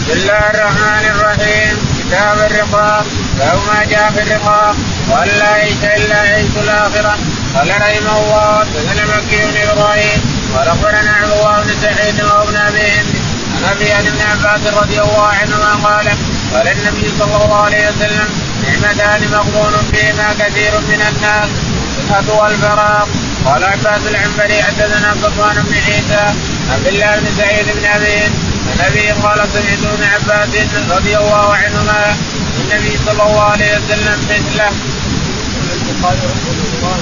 بسم الله الرحمن الرحيم. كتاب الرقاق. باب ما جاء في الرقاق وأن لا عيش إلا عيش الآخرة. قال رحمه الله حدثنا مكي بن إبراهيم قال أخبرنا عبد الله بن سعيد وابن أبي هند عن أبي بن عباس رضي الله عنهما قال النبي صلى الله عليه وسلم نعمتان مغبون فيهما كثير من الناس الصحة والفراغ. قال عباس العنبري حدثنا صفوان بن عيسى عبد الله بن سعيد بن أبي هند عن أبي قال سمعت ابن عباس رضي الله عنهما النبي صلى الله عليه وسلم مثله. قال رسول الله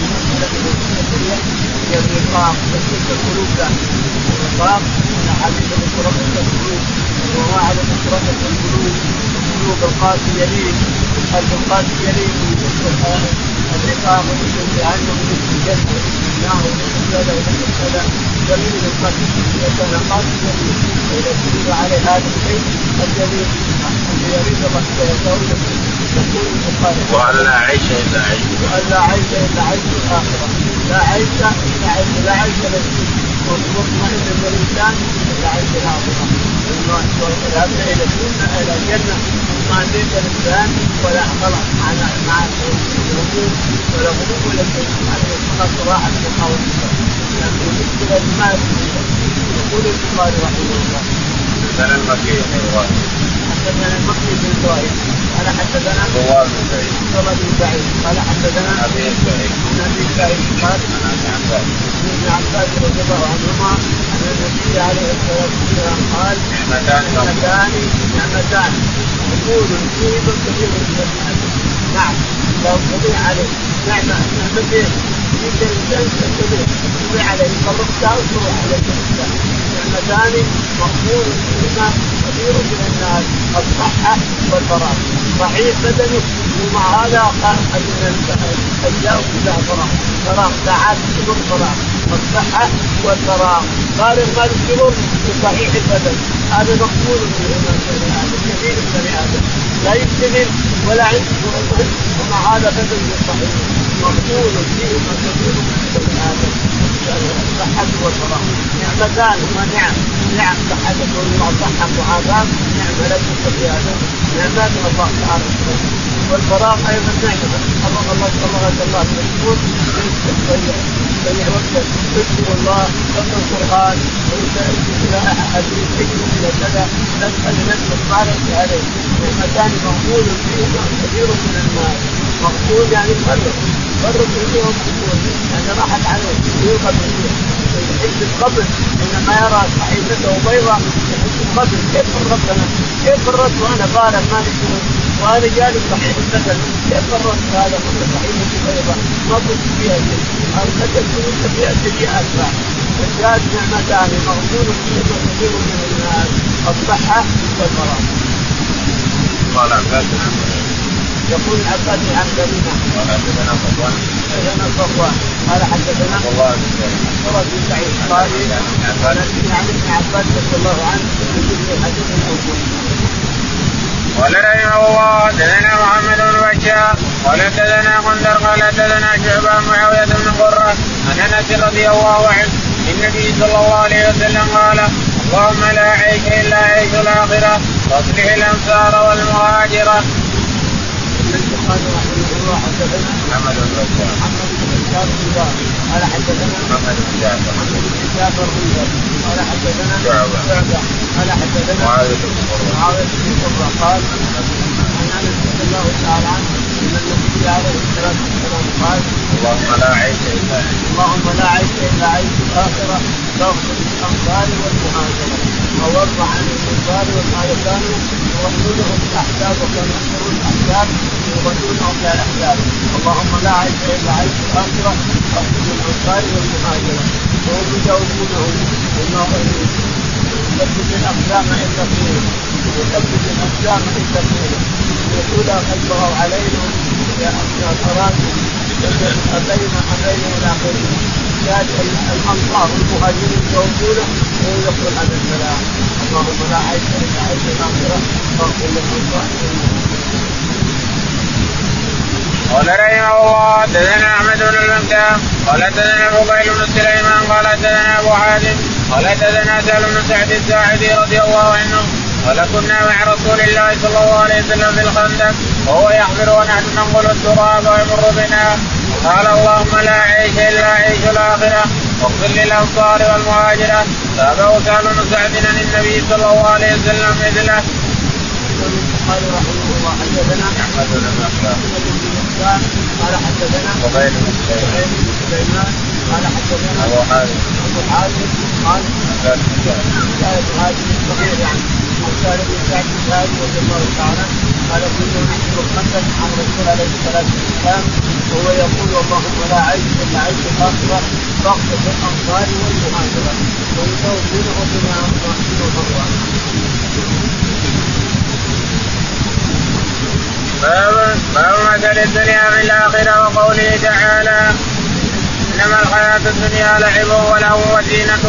الرقاق تسلك القلوب الرقاق من حديث مفرقة القلوب وواحد مفرقة القلوب قلوب القاسي يليه قلب القاسي يليه الرقاق مثل جهنم مثل الجنة نار مثل كذا ومثل كذا جميل القلب يكون قاسي يليه وإذا كتب عليه هذا الشيء الجميل يريد الله يقول البخاري وأن لا عيش إلا عيش الآخرة لا عيش مطمئن للإنسان إلا عيش الآخرة وذهب إلى الجنة ما زيد الإنسان ولا خلق مع الغموم ولا غموم ولا شيء هذه صراحة المحاولة لكن المشكلة المال يقول البخاري رحمه الله حدثنا المكي بن إبراهيم قال حدثنا عبد الله بن سعيد قال حدثنا أبي سعيد قال ابن عباس رضي الله عنهما أن النبي عليه الصلاة والسلام قال نعمتان مقبول فيهما كثير من الناس. نعم لو تضيع عليه نعمتين يمكن الإنسان تضيع عليه فرقتها وتروح عليه نعمتان مقبول فيهما كثير من الناس الصحة والفراغ. ضعيف بدنه ومع هذا قال الجو كلها فراغ ساعات كبر فراغ الصحة والفراغ. قال المال الكبر بصحيح البدن هذا مقبول من البني آدم كثير من البني آدم لا يشتغل ولا عنده ومع هذا بدن صحيح مقبول فيه كثير من البني آدم الصحة والفراغ. نعمتان هما نعم صحة وعافاة نعمة لا تنسى في هذا نعمات الله تعالى. والفراغ أيضا نعمة الله يقول ضيع وقتك تذكر الله تقرأ القرآن إلى حديث إلى كذا تسأل نفسك صالح عليه. نعمتان مقبول فيهما كثير من الناس. مقبول يعني فرق فيهم مقبول يعني راحت عليه يوقف فيه يحس القبر إنما يرى صحيفته بيضاء يحس القبر كيف الرد وأنا بارد ما نشوف وأنا جالس صحيح البدن كيف الرد هذا كل صحيفة بيضاء ما كنت فيها شيء البدن كنت فيها سيئات. الجاد نعمتان مغفور فيهما كثير من الناس الصحة والفراغ. قال عباس يقول عباس عن كريمة قال حدثنا صفوان قال حدثنا الله بن سعيد قال يعني ابن عباس رضي الله عنه في حديث الأول. قال رحمه الله حدثنا محمد بن بشار قال حدثنا غندر قال حدثنا شعبة معاوية بن قرة عن أنس رضي الله عنه النبي صلى الله عليه وسلم قال اللهم لا عيش إلا عيش الآخرة واصلح الأمصار والمهاجرة. البخاري رحمه الله حدثنا محمد بن بشار قال حدثنا محمد بن جعفر قال حدثنا شعبة قال حدثنا معاوية بن قرة قال عن أنس رضي الله تعالى عنه أن النبي عليه الصلاة والسلام قال اللهم لا عيش إلا عيش الآخرة تغفر الأمصار والمهاجرة ووضع عن الأمصار والمهاجرة يغنونهم الأحزاب وكانوا يحضرون الأحزاب يغنونهم لا الأحزاب. اللهم لا عيش إلا عيش الآخرة تغفر الأمصار والمهاجرة وهم يجاوبونهم يثبت الأقدام إلا فيه يقول خلفه علينا يا أراضي أبينا إلى آخره. الأنصار والمهاجرين يجاوبونه ويقول هذا الكلام اللهم لا عيش إلا عيش الآخرة فاغفر للأنصار. قال رحمه الله حدثنا أحمد بن المقدام قال حدثنا فضيل بن سليمان قال حدثنا أبو حازم قال حدثنا سهل بن سعد الساعدي رضي الله عنه ولكنا مع رسول الله صلى الله عليه وسلم في الخندق وهو يحفر ونحن ننقل التراب ويمر بنا قال اللهم لا عيش إلا عيش الآخرة واغفر للأنصار والمهاجرة. تابعه سهل بن سعد عن النبي صلى الله عليه وسلم مثله. قال رحمه الله حدثنا أحمد بن مسلم قال حدثنا وغير سليمان قال حدثنا أبو حازم قال كانت هذه الصغير يعني وكان من سعد الشهادي رضي الله تعالى قال كنا نحن الخندق عن الرسول عليه الصلاه والسلام وهو يقول اللهم لا عيش الا عيش الاخره فاغفر للانصار والمهاجره ويستغفره بما نحسن الله. باب مثل الدنيا في الآخرة وقوله تعالى إنما الحياة الدنيا لعب ولهو وزينة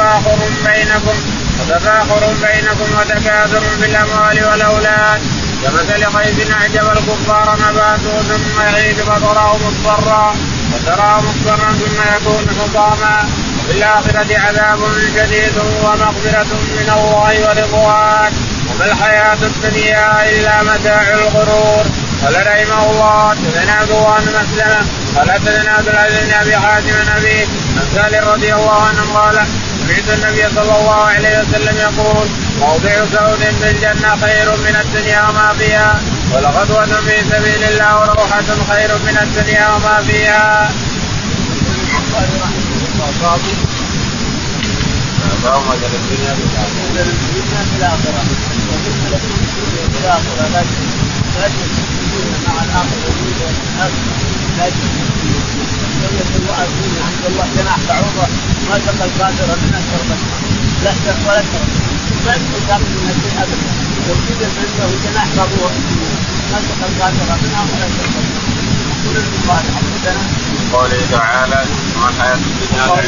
وتفاخر بينكم وتكاثر في الأموال والأولاد كمثل غيث أعجب الكفار نباته ثم يعيد فتراه مصفرا ثم يكون حطاما. وفي الآخرة عذاب شديد ومغفرة من الله ورضوان وما الحياة الدنيا إلا متاع الغرور. قال رحمه الله حدثنا عبد الله بن مسلمة قال حدثنا عبد العزيز بن أبي حاتم النبي عن سالم رضي الله عنه قال سمعت النبي صلى الله عليه وسلم يقول موضع سعود في الجنة خير من الدنيا وما فيها ولغدوة في سبيل الله وروحة خير من الدنيا وما فيها. باب مثل الدنيا في الآخرة لكن مع الآخرة لكن عند الله جناح بعوضة ما سقى الكافر من الشربة لا شرب ولا شرب ما يستطيع من الشيء أبدا وجد عنده جناح بعوضة ما سقى الكافر منها ولا شرب. كل المبارك حدثنا قوله تعالى وما الحياة الدنيا لعب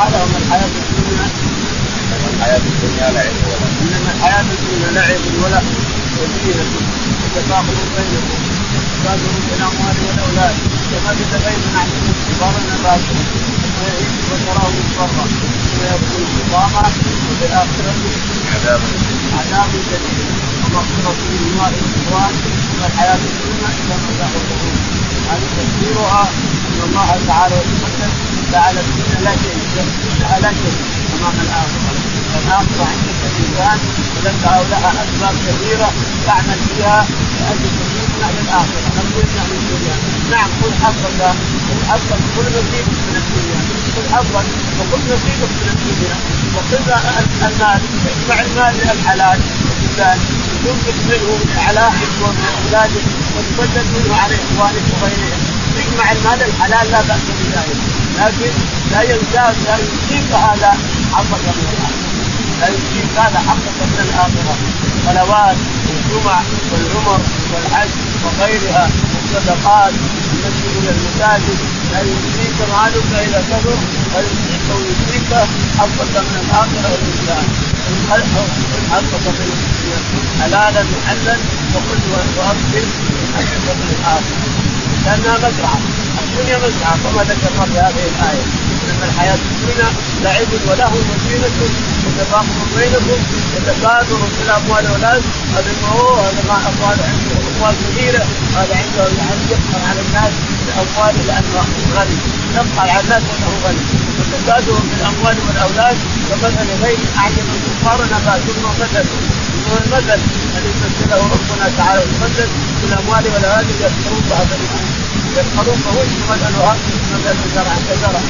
إنما الحياة الدنيا لعب ولا وزينة وتفاخر بينكم وتكاثر في الأموال والأولاد كمثل غيث أعجب الكفار نباته ثم يعيش فتراه مصفرا ثم يكون حطاما وفي الآخرة عذاب شديد ومغفرة من الله ورضوان وما الحياة الدنيا إلا متاع الغرور. هذه تفسيرها أن الله تعالى وتقدم جعل الدنيا لا شيء أمام الآخرة. الآخرة عندك الإنسان ولك لها أسباب كثيرة تعمل فيها لأجل تكون أهل الآخرة نقول نحن الدنيا. نعم كل حظك كل نصيبك من الدنيا كل حظك وكل نصيبك من الدنيا وكل المال اجمع المال الحلال الإنسان تنفق منه على أهلك وأولادك وتبدل منه على إخوانك وغيرهم اجمع المال الحلال لا بأس بذلك لكن لا ينسيك هذا حظك من الآخرة لا ينسيك هذا حظك من الآخرة. الصلوات والجمع والعمر والحج وغيرها والصدقات والمسجد إلى المساجد لا ينسيك مالك إذا كثر وينسيك حظك من الآخرة والإسلام حظك من الدنيا حلالا محلا وكل وأكثر حظك من الآخرة لأنها مزرعة الدنيا مزرعة كما ذكرنا في هذه الآية إن الحياة الدنيا لعب وله وزينة وتفاخر بينكم وتكاثر في الأموال والأولاد هذا ما أموال عنده أموال كثيرة هذا عنده يقهر على الناس الأموال لأنه غني يقهر على الناس لأنه غني وتكاثر في الأموال والأولاد ومثل غير أعجب الكفار نباته مثل هو المثل الذي مثله ربنا تعالى المثل في الأموال والأولاد يذكرون بهذا يذكرون فهو مثلها مثل زرع كزرع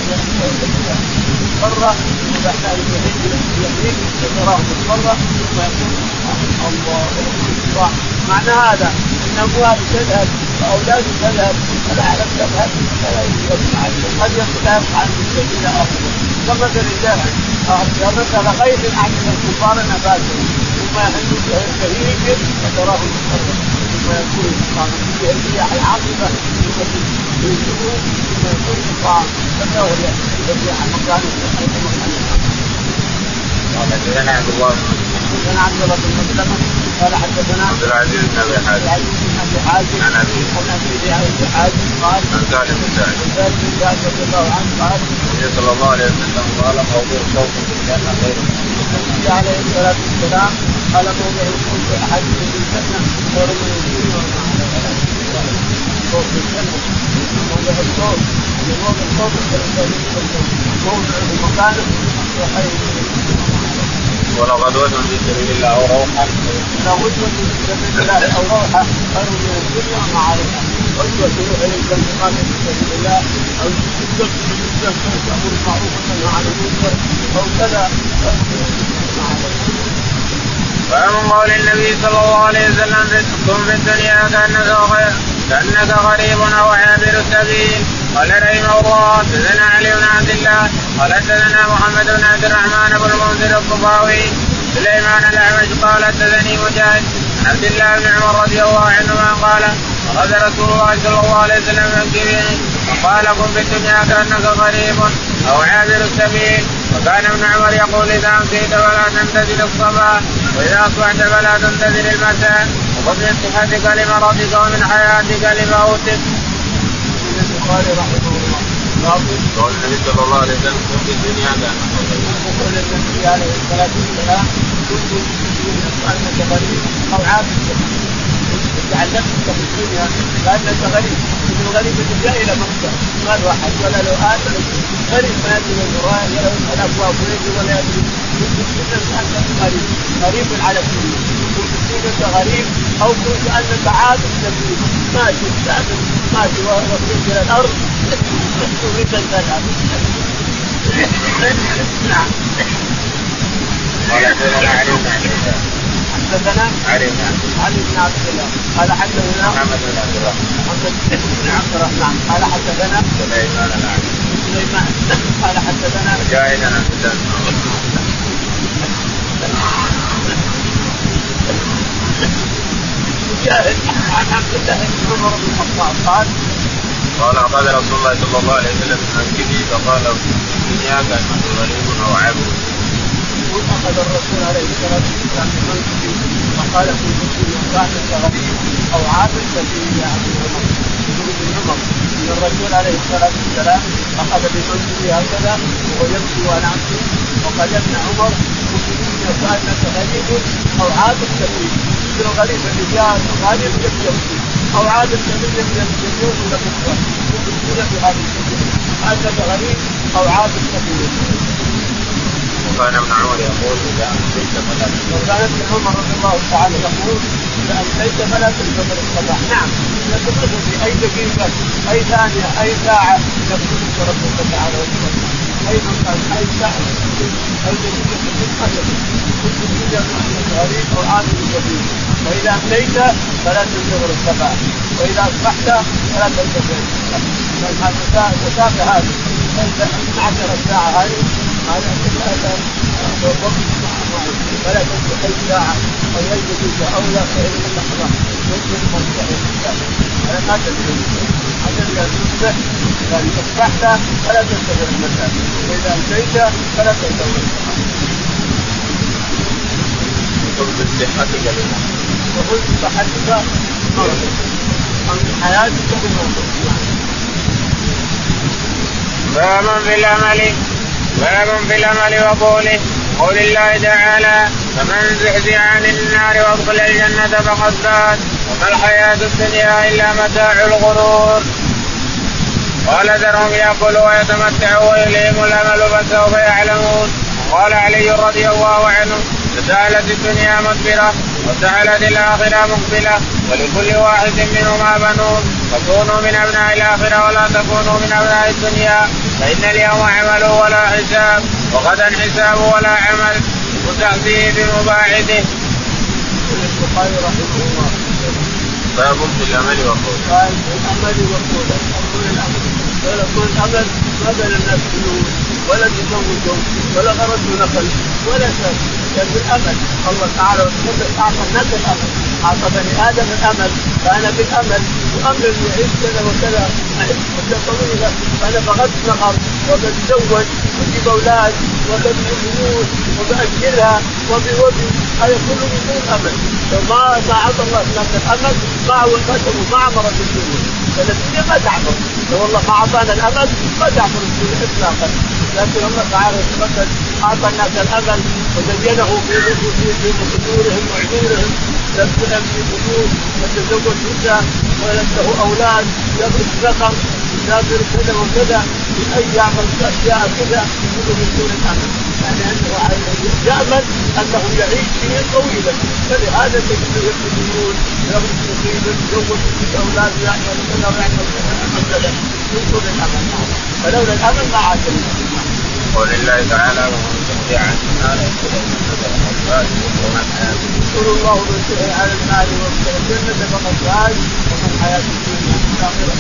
مرة وبعدها يهيج وتراه مصفرة ثم يكون الله. معنى هذا ان اموال تذهب واولاد تذهب والعالم تذهب قد يبقى عن الى اخره كمثل الزرع كمثل غيث اعجب الكفار نباته ثم يهيج وتراه مصفرة ثم يكون فيه الرياح العاصفة ثم يكون الطعام فله يرجع مكان قال حدثنا عبد الله بن مسلمة قال حدثنا عبد العزيز بن ابي حازم عن ابي حازم قال عن سالم بن سعد رضي الله عنه قال النبي صلى الله عليه وسلم قال موضوع صوت في الجنة خير. النبي عليه الصلاة والسلام قال موضع الصوت أحدكم في الجنة خير من الدنيا وما عليها. صوت في الجنة موضع الصوت موضع الصوت موضع مكانه وخير. ولا غدوة في سبيل الله أو روحا. لا غدوة في سبيل الله أو روحا خير من الدنيا وما عليها. غدوة تروح إلى الجنة في سبيل الله أو تأمر بالمعروف وتنهى عن المنكر أو كذا ما عليها. ومن قول النبي صلى الله عليه وسلم رزقكم في الدنيا كأنك غريب أو عابر السبيل. قال رحمه الله حدثنا علي بن عبد الله قال حدثنا محمد بن عبد الرحمن بن المنذر الطباوي سليمان الأعمش قال حدثني مجاهد عن عبد الله بن عمر رضي الله عنهما قال أخذ رسول الله صلى الله عليه وسلم من كبيره فقال كن في الدنيا كأنك غريب أو عابر السبيل. وكان ابن عمر يقول إذا أمسيت فلا تنتظر الصباح وإذا أصبحت فلا تنتظر المساء وخذ من صحتك لمرضك ومن حياتك لموتك. قال رحمه الله قول النبي صلى الله عليه وسلم كن في الدنيا قول النبي عليه الصلاة والسلام كن في الدنيا كأنك غريب أو عابر السبيل. تعلمت في الدنيا كأنك غريب الغريب جاء إلى مكة ما الواحد ولا لو آتى غريب ما يدري المراء ولا يسأل أبواب ولا يدري غريب على الدنيا. كنت غريب أو كنت أنك عابد سبيل ماشي سابق ماشي وصلت إلى الأرض تريد أن تذهب. نعم. حدثنا علي بن عبد الله قال حدثنا محمد بن عبد الرحمن قال حدثنا سليمان قال حدثنا مجاهد عن عبد الله بن عمر بن الخطاب قال أخذ رسول الله صلى الله عليه وسلم من كبي فقال الدنيا كأنك غريب أو عابر. أخذ الرسول عليه الصلاة والسلام من كبي فقال في الدنيا كأنك غريب أو عابر سبيل يا عبد عمر. ابن عمر ان الرسول عليه الصلاة والسلام أخذ بمنزله هكذا وهو يمشي وأنا أمشي وقال ابن عمر الدنيا كأنك غريب أو عابر سبيل. الغريب اللي جاء غريب يمشي أو عابر سبيل يموت ولا بكرة يموت في هذه الدنيا كأنك غريب أو عابر سبيل. وكان ابن عمر يقول إذا أمسيت فلا وكان ابن عمر رضي الله تعالى يقول إذا أمسيت فلا تنتظر الصباح. نعم يتقدم في أي دقيقة أي ثانية أي ساعة يقولك ربك تعالى وسلم أي مكان أي ساعة أي دقيقة تتقدم كنت الدنيا كأنك غريب أو عابر سبيل. وإذا أمسيت فلا تنتظر الصباح وإذا أصبحت فلا تنتظر المسافة هذه 12 ساعة هذه على فلا تنسى أي ساعة أو أي دقيقة أو لا خير من لحظة يمكن مرتاح أنا ما تدري هذا الجزء يعني أصبحت فلا تنتظر المساء وإذا أمسيت فلا تنتظر وقل بصحتك لما وقل بصحتك عن حياتك بموتك. باب في الأمل وقوله قول الله تعالى فمن زحزح عن النار وادخل الجنة فقد فاز وما الحياة الدنيا إلا متاع الغرور. قال ذرهم يأكلوا ويتمتعوا ويلههم الأمل فسوف يعلمون. قال علي رضي الله عنه فسألت الدنيا مدبرة وسألت الآخرة مقبلة ولكل واحد منهما بنون فكونوا من أبناء الآخرة ولا تكونوا من أبناء الدنيا فإن اليوم عمل ولا حساب وغدا حساب ولا عمل وتأتيه بمباعده. البخاري رحمه الله باب في الأمل وقوله قال الأمل وقوله ولا كل أمل ما بين الناس ولا تزوجوا ولا غرضوا نخل ولا شيء كان بالأمل. الله تعالى أعطى الناس الأمل أعطى بني آدم الأمل فأنا بالأمل وأمل يعيش كذا وكذا أعيش مدة طويلة فأنا بغض نظر وبتزوج وتجيب اولاد وبتعمل وبأجلها هذا كله من دون امل. لو ما اعطى الله الناس الامل ما عمرت الدنيا، فالدنيا ما تعمر. لو الله ما اعطانا الامل ما تعمر الدنيا اطلاقا. لكن الله تعالى اعطى الناس الامل وزينه في صدورهم وعيونهم. لم يبني بيوت يتزوج نساء ولد له اولاد يضرب ذكر يسافر كذا وكذا اي يعمل اشياء كذا كله من دون الامل، يعني انه يامل انه يعيش سنين طويله. فلهذا تجده يبنون يضرب مصيبه يتزوج اولاد ويعمل كذا ويعمل كذا من دون الامل. فلولا الامل ما عاد. قول الله تعالى ومن تطيع عن النار يقول الله من تطيع على المال والجنة فقد فاز ومن حياة الدنيا الآخرة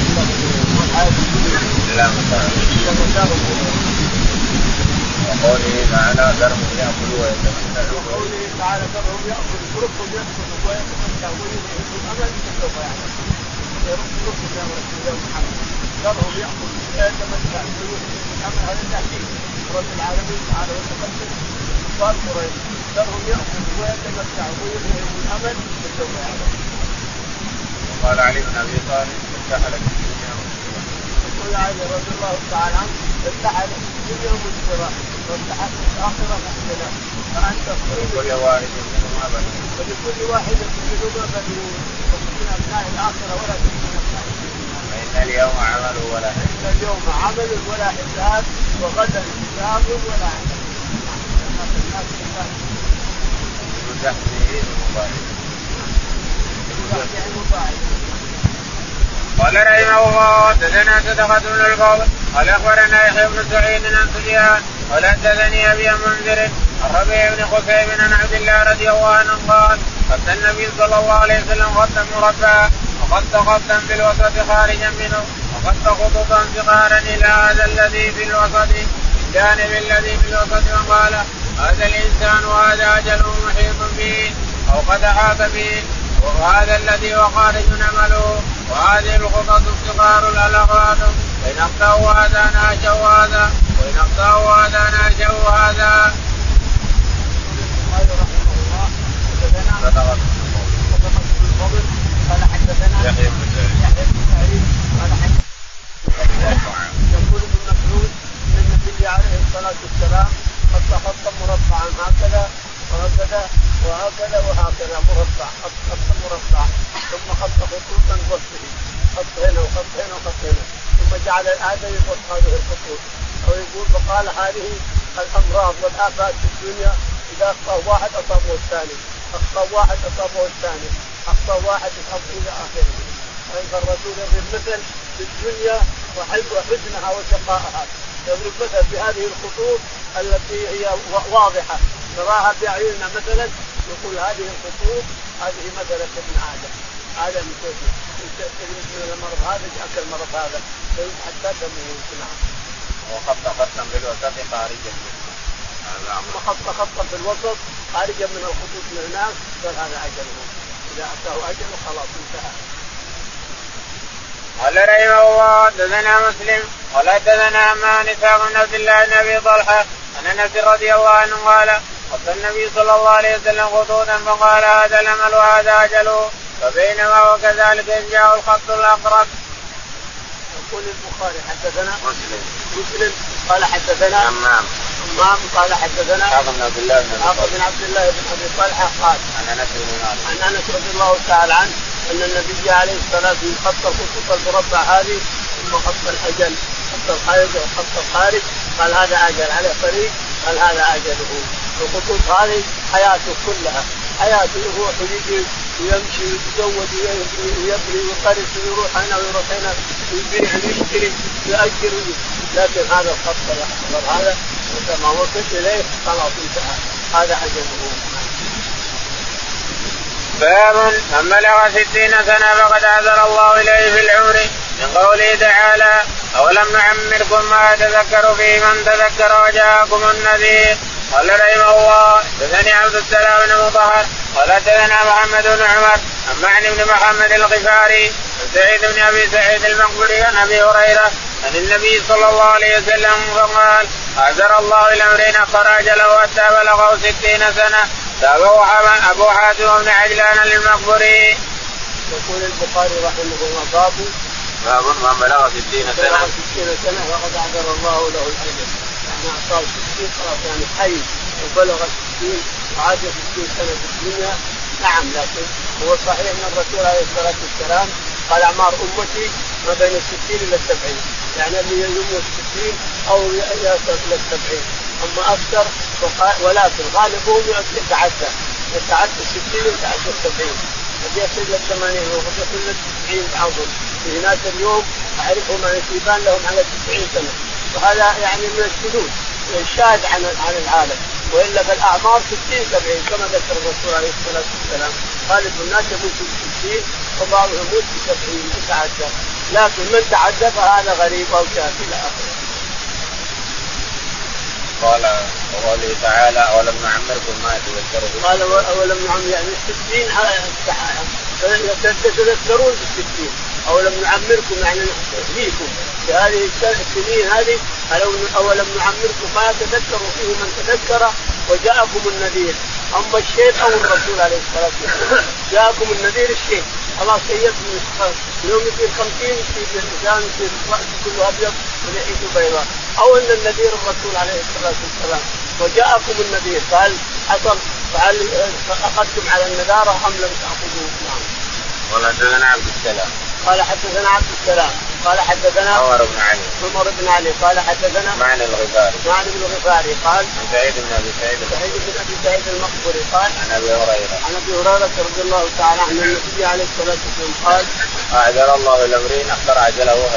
إلا متاع. وقوله تعالى ذرهم يأكلوا ويتمتعوا. وقوله تعالى ذرهم يأكلوا اتركهم يأكلوا ويتمتعوا ويريدون الأمل فسوف يعلمون. اتركهم يا رسول الله محمد ذرهم يأكلوا ويتمتعوا ويريدون الأمل. هذا التأكيد رب العالمين تعالى وتقدم قال قريش ذرهم يأكلوا ويتمتعوا ويريدون الأمل فسوف يعلمون. وقال علي بن أبي طالب ارتحل في الدنيا يقول علي رضي الله تعالى عنه ارتحل في الدنيا والآخرة وارتحل في الآخرة مختلف. فأنت ولكل واحد منهما بنون ولكل واحد منهما بنون ومن أبناء الآخرة ولا من أبناء الدنيا. فإن اليوم عمل ولا حساب. فإن اليوم عمل ولا حساب وغدا حساب ولا عمل. قال رحمه الله حدثنا صدقة بن الفضل قال اخبرنا يحيى بن سعيد عن سفيان قال حدثني ابي منذر عن ربيع بن خثيم عن عبد الله رضي الله عنه قال خط النبي صلى الله عليه وسلم خطا مربعا وخط خطا في الوسط خارجا منه وخط خطوطا صغارا الى هذا الذي في الوسط الجانب الذي في الوسط وقال هذا الانسان وهذا اجله محيط به او قد احاط به وهذا الذي وخارج عمله وهذه الخطط الصغار الألغات وإن أخطأوا هذا ناشوا هذا وإن أخطأوا هذا ناشوا هذا. قال حدثنا يحيى بن سعيد قال حدثنا يقول ابن مسعود ان النبي عليه الصلاه والسلام خط مربعا هكذا وهكذا وهكذا وهكذا مربع خط مربع ثم خط خطوطا وسطه خط هنا وخط هنا وخط هنا ثم جعل الآدم يخط هذه الخطوط أو يقول فقال هذه الأمراض والآفات في الدنيا إذا أخطأ واحد أصابه الثاني أخطأ واحد أصابه الثاني أخطأ واحد أصابه إلى آخره. فإن الرسول يضرب مثل في الدنيا وحزنها وشقائها يضرب مثل بهذه الخطوط التي هي واضحة نراها بأعيننا مثلا يقول هذه الخطوط هذه مثلا ابن آدم من المرض هذا جاءك المرض هذا حتى دمه ينقطع. وخط خطا بالوسط خارجا أما خطا في الوسط خارجا من الخطوط من هناك قال هذا أجله إذا أتاه أجله خلاص انتهى. قال رحمه الله حدثنا مسلم قال حدثنا عمان إسحاق بن عبد الله بن أبي طلحة عن أنس رضي الله عنه قال خط النبي صلى الله عليه وسلم خطوطا فقال هذا الأمل وهذا أجله فبينما وكذلك إن جاء الخط الأقرب. يقول البخاري حدثنا مسلم قال حدثنا همام قال حدثنا إسحاق بن عبد الله بن أبي طلحة قال عن أنس رضي الله تعالى عنه أن النبي عليه الصلاة والسلام خط الخطوط المربع هذه ثم خط الأجل خط الخارج وخط الخارج قال هذا أجل على طريق قال هذا أجله. الخطوط هذه حياته كلها حياته يروح ويجي ويمشي ويتزوج ويبني ويقرص ويروح هنا ويروح هنا ويبيع ويشتري ويأجر لكن هذا الخط الأحمر هذا وما وصل إليه خلاص انتهى هذا أجله. باب من بلغ 60 سنة فقد عذر الله إليه في العمر من قوله تعالى أولم نعمركم ما يتذكر فيه من تذكر وجاءكم النذير. قال رحمه الله حدثني عبد السلام بن مطهر قال حدثنا محمد بن عمر عن معن بن محمد الغفاري عن سعيد بن أبي سعيد المقبري عن أبي هريرة عن النبي صلى الله عليه وسلم فقال أعذر الله الأمرين خرج له حتى بلغه 60 سنة. تابعه أبو حاتم بن عجلان للمقبري. يقول البخاري رحمه الله باب ما بلغ 60 سنة. بلغ 60 سنة وقد أعذر الله له الأجر. يعني أعطاه 60 خلاص يعني حي وبلغ 60 وعاش 60 سنة في الدنيا. نعم لكن هو صحيح أن الرسول عليه الصلاة والسلام قال أعمار أمتي ما بين 60 إلى 70. يعني اللي يموت 60 أو يصل إلى 70 أما أكثر. ولكن غالبهم يتعدى 60 ويتعدى 70 قد يصل إلى 80 وقد يصل إلى 90 بعضهم. في ناس اليوم أعرفهم عن يبان لهم على 90 سنة وهذا يعني من الشذوذ الشاذ عن العالم. وإلا بالأعمار 60-70 كما ذكر الرسول عليه الصلاة والسلام غالب الناس يموت 60 وبعضهم يموت 70 يتعدى. لكن من تعدى فهذا غريب أو شاذ إلى آخره. قال وقوله تعالى أولم نعمركم ما يتذكرون. قال أولم نعمر يعني 60 تتذكرون ب60. أولم نعمركم يعني نحييكم في هذه السنين هذه. أولم نعمركم ما يتذكر فيه من تذكر وجاءكم النذير. أما الشيخ أو الرسول عليه الصلاة والسلام جاءكم النذير الشيخ خلاص سيدنا يوم يصير 50 يصير الإنسان يصير رأسه كله أبيض ولحيته بيضاء. أو أن النذير الرسول عليه الصلاة والسلام وجاءكم النذير فهل حصل فهل أخذتم على النذارة أم لم تأخذوا؟ نعم. قال حدثنا عبد السلام قال حدثنا عبد السلام قال حدثنا عمر بن علي قال حدثنا معنى الغفاري قال عن سعيد بن ابي سعيد المقبري قال عن ابي هريره رضي الله تعالى عنه النبي عليه الصلاه والسلام قال اعذر الله الامرين اخر اجله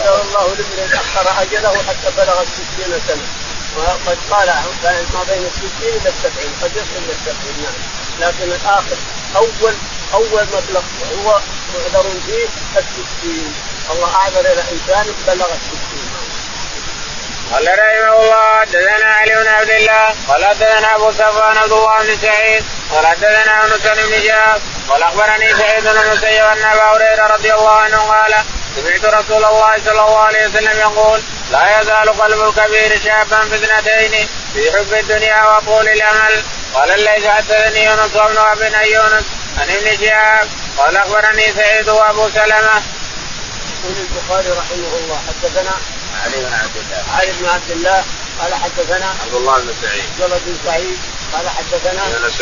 حتى بلغ 60 سنه. وقد قال ما بين 60 الى 70 قد يصل الى 70. لكن الاخر اول مبلغ هو معذر فيه 60. الله اعذر الى انسان بلغ 60. قال رحمه الله حدثنا علي بن عبد الله قال حدثنا ابو صفوان عبد الله بن سعيد قال حدثنا يونس بن شهاب قال اخبرني سعيد بن المسيب ان ابا هريره رضي الله عنه قال سمعت رسول الله صلى الله عليه وسلم يقول لا يزال قلب الكبير شابا في اثنتين في حب الدنيا وطول الامل. قال الليث حدثني يونس بن ابي يونس عن ابن شهاب قال اخبرني سعيد وابو سلمه. يقول البخاري رحمه الله حدثنا علي بن عبد الله قال حدثنا عبد الله بن سعيد قال حدثنا يونس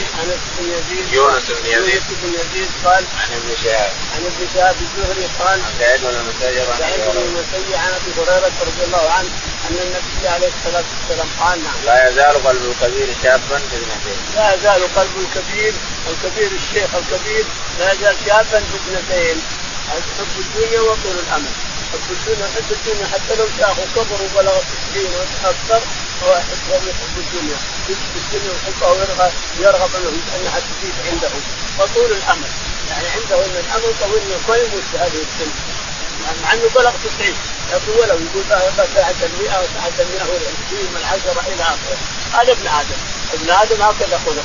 بن يزيد قال عن ابن شهاب الزهري قال عن سعيد بن المسيب عن ابي هريره رضي الله عنه ان النبي عليه الصلاه والسلام قال لا يزال قلب الكبير شابا في اثنتين. لا يزال قلب الكبير الشيخ الكبير لا يزال شابا في اثنتين حب الدنيا وطول الامل. حب الدنيا حتى لو شاخوا كبر وبلغ 60 واكثر هو يحب الدنيا يحب الدنيا ويحبها ويرغب انها تزيد عنده. وطول الامل يعني عنده ان الامل طويل وكويس في هذه السنه مع انه بلغ 90 لكن ولو يقول بعد 100 وبعد 120 والعشرة الى اخره. هذا ابن ادم هكذا خلق.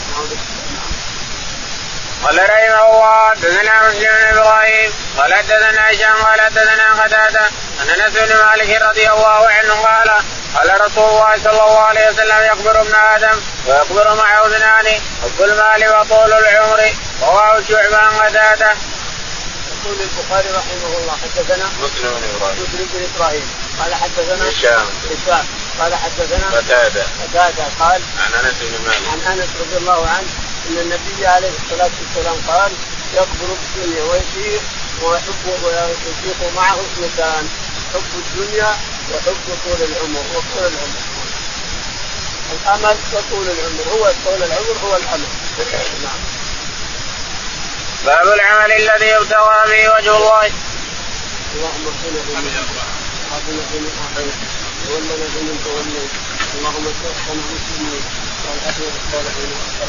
قال رحمه الله حدثنا مسلم بن ابراهيم قال حدثنا هشام قال حدثنا قتادة ان انس بن مالك رضي الله عنه قال قال رسول الله صلى الله عليه وسلم يكبر ابن ادم ويكبر معه اثنان حب المال وطول العمر. رواه شعبة عن قتادة. يقول البخاري رحمه الله حدثنا مسلم بن ابراهيم قال حدثنا هشام قال حدثنا قتادة قال عن انس رضي الله عنه ان النبي عليه الصلاه والسلام قال يكبر الدنيا ويسير ويحب ويسيق معه اثنتان حب الدنيا وحب طول العمر. الامل وطول العمر هو الامل. نعم. باب العمل الذي يبتغى به وجه الله. اللهم صل وسلم على اللهم توفنا مسلمين والأهل والصالحين.